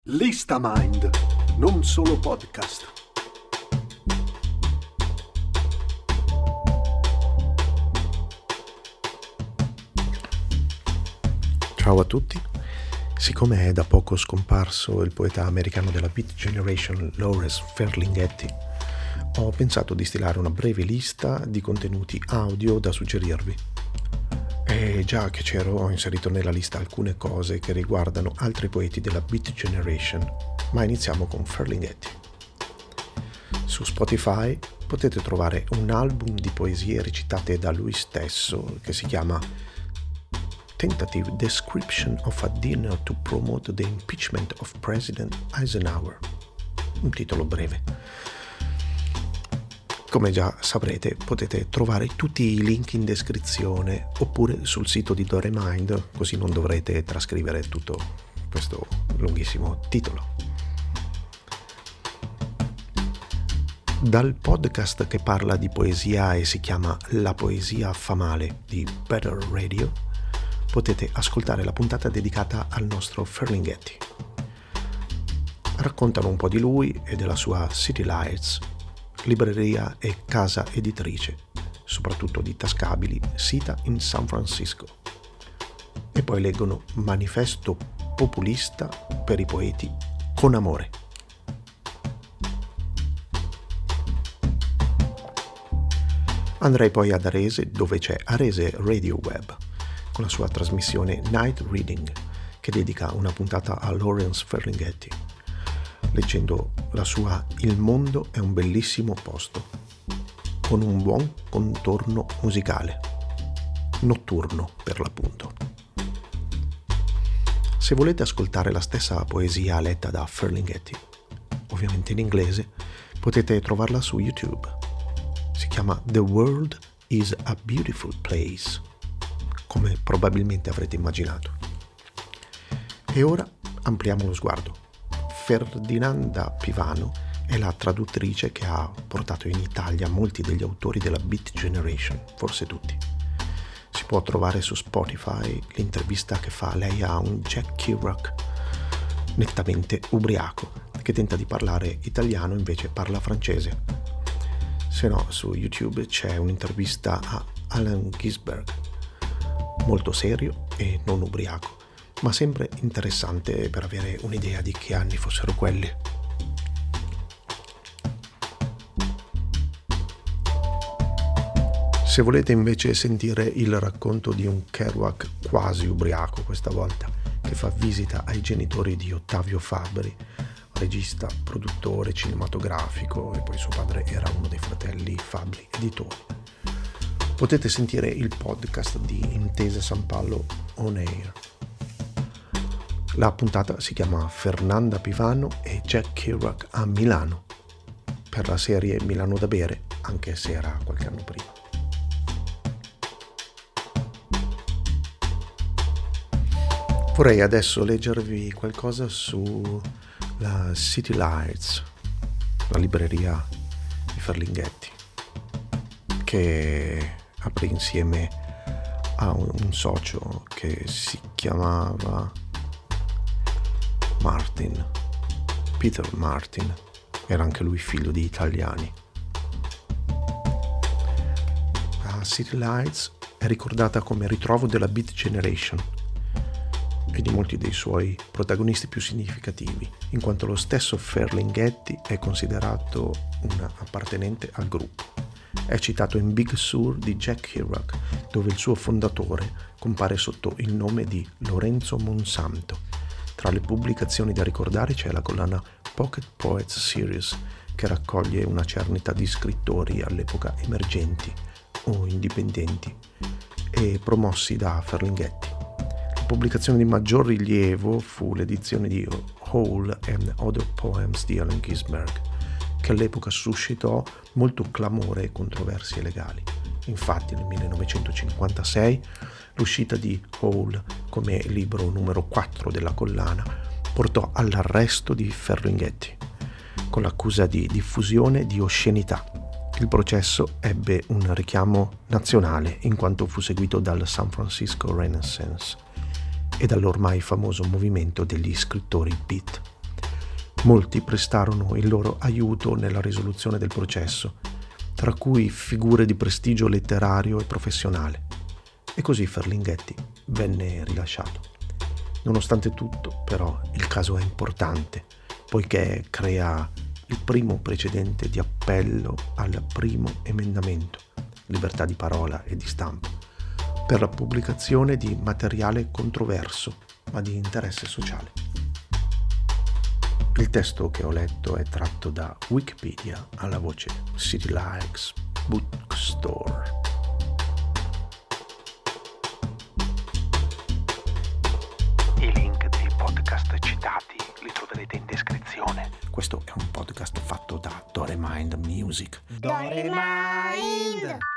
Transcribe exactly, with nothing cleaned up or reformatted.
Lista Mind, non solo podcast. Ciao a tutti. Siccome è da poco scomparso il poeta americano della Beat Generation Lawrence Ferlinghetti, ho pensato di stilare una breve lista di contenuti audio da suggerirvi. E già che c'ero, ho inserito nella lista alcune cose che riguardano altri poeti della Beat Generation, ma iniziamo con Ferlinghetti. Su Spotify potete trovare un album di poesie recitate da lui stesso che si chiama Tentative Description of a Dinner to Promote the Impeachment of President Eisenhower. Un titolo breve. Come già saprete, potete trovare tutti i link in descrizione oppure sul sito di DoreMind, così non dovrete trascrivere tutto questo lunghissimo titolo. Dal podcast che parla di poesia e si chiama La poesia fa male di Better Radio, potete ascoltare la puntata dedicata al nostro Ferlinghetti. Raccontano un po' di lui e della sua City Lights, libreria e casa editrice, soprattutto di tascabili, sita in San Francisco. E poi leggono Manifesto populista per i poeti con amore. Andrei poi ad Arese, dove c'è Arese Radio Web, con la sua trasmissione Night Reading, che dedica una puntata a Lawrence Ferlinghetti, leggendo la sua Il mondo è un bellissimo posto, con un buon contorno musicale, notturno per l'appunto. Se volete ascoltare la stessa poesia letta da Ferlinghetti, ovviamente in inglese, potete trovarla su YouTube. Si chiama The World is a Beautiful Place, come probabilmente avrete immaginato. E ora ampliamo lo sguardo. Ferdinanda Pivano è la traduttrice che ha portato in Italia molti degli autori della Beat Generation, forse tutti. Si può trovare su Spotify l'intervista che fa lei a un Jack Kerouac nettamente ubriaco, che tenta di parlare italiano invece parla francese. Se no, su YouTube c'è un'intervista a Allen Ginsberg, molto serio e non ubriaco, ma sempre interessante per avere un'idea di che anni fossero quelli. Se volete invece sentire il racconto di un Kerouac quasi ubriaco questa volta, che fa visita ai genitori di Ottavio Fabbri, regista, produttore cinematografico, e poi suo padre era uno dei fratelli Fabbri editori, potete sentire il podcast di Intesa San Paolo On Air. La puntata si chiama Fernanda Pivano e Jack Kerouac a Milano, per la serie Milano da bere, anche se era qualche anno prima. Vorrei adesso leggervi qualcosa su la City Lights, la libreria di Ferlinghetti, che apre insieme a un socio che si chiamava Martin, Peter Martin, era anche lui figlio di italiani. La City Lights è ricordata come ritrovo della Beat Generation e di molti dei suoi protagonisti più significativi, in quanto lo stesso Ferlinghetti è considerato un appartenente al gruppo. È citato in Big Sur di Jack Kerouac, dove il suo fondatore compare sotto il nome di Lorenzo Monsanto. Tra le pubblicazioni da ricordare c'è la collana Pocket Poets Series, che raccoglie una cernita di scrittori all'epoca emergenti o indipendenti e promossi da Ferlinghetti. La pubblicazione di maggior rilievo fu l'edizione di Whole and Other Poems di Allen Ginsberg, che all'epoca suscitò molto clamore e controversie legali. Infatti nel millenovecentocinquantasei l'uscita di Whole come libro numero quattro della collana portò all'arresto di Ferlinghetti con l'accusa di diffusione di oscenità. Il processo ebbe un richiamo nazionale in quanto fu seguito dal San Francisco Renaissance e dall'ormai famoso movimento degli scrittori beat. Molti prestarono il loro aiuto nella risoluzione del processo, tra cui figure di prestigio letterario e professionale. E così Ferlinghetti venne rilasciato. Nonostante tutto, però, il caso è importante, poiché crea il primo precedente di appello al primo emendamento, libertà di parola e di stampa, per la pubblicazione di materiale controverso, ma di interesse sociale. Il testo che ho letto è tratto da Wikipedia alla voce City Likes Bookstore. I link dei podcast citati li troverete in descrizione. Questo è un podcast fatto da Doremind Music. Doremind!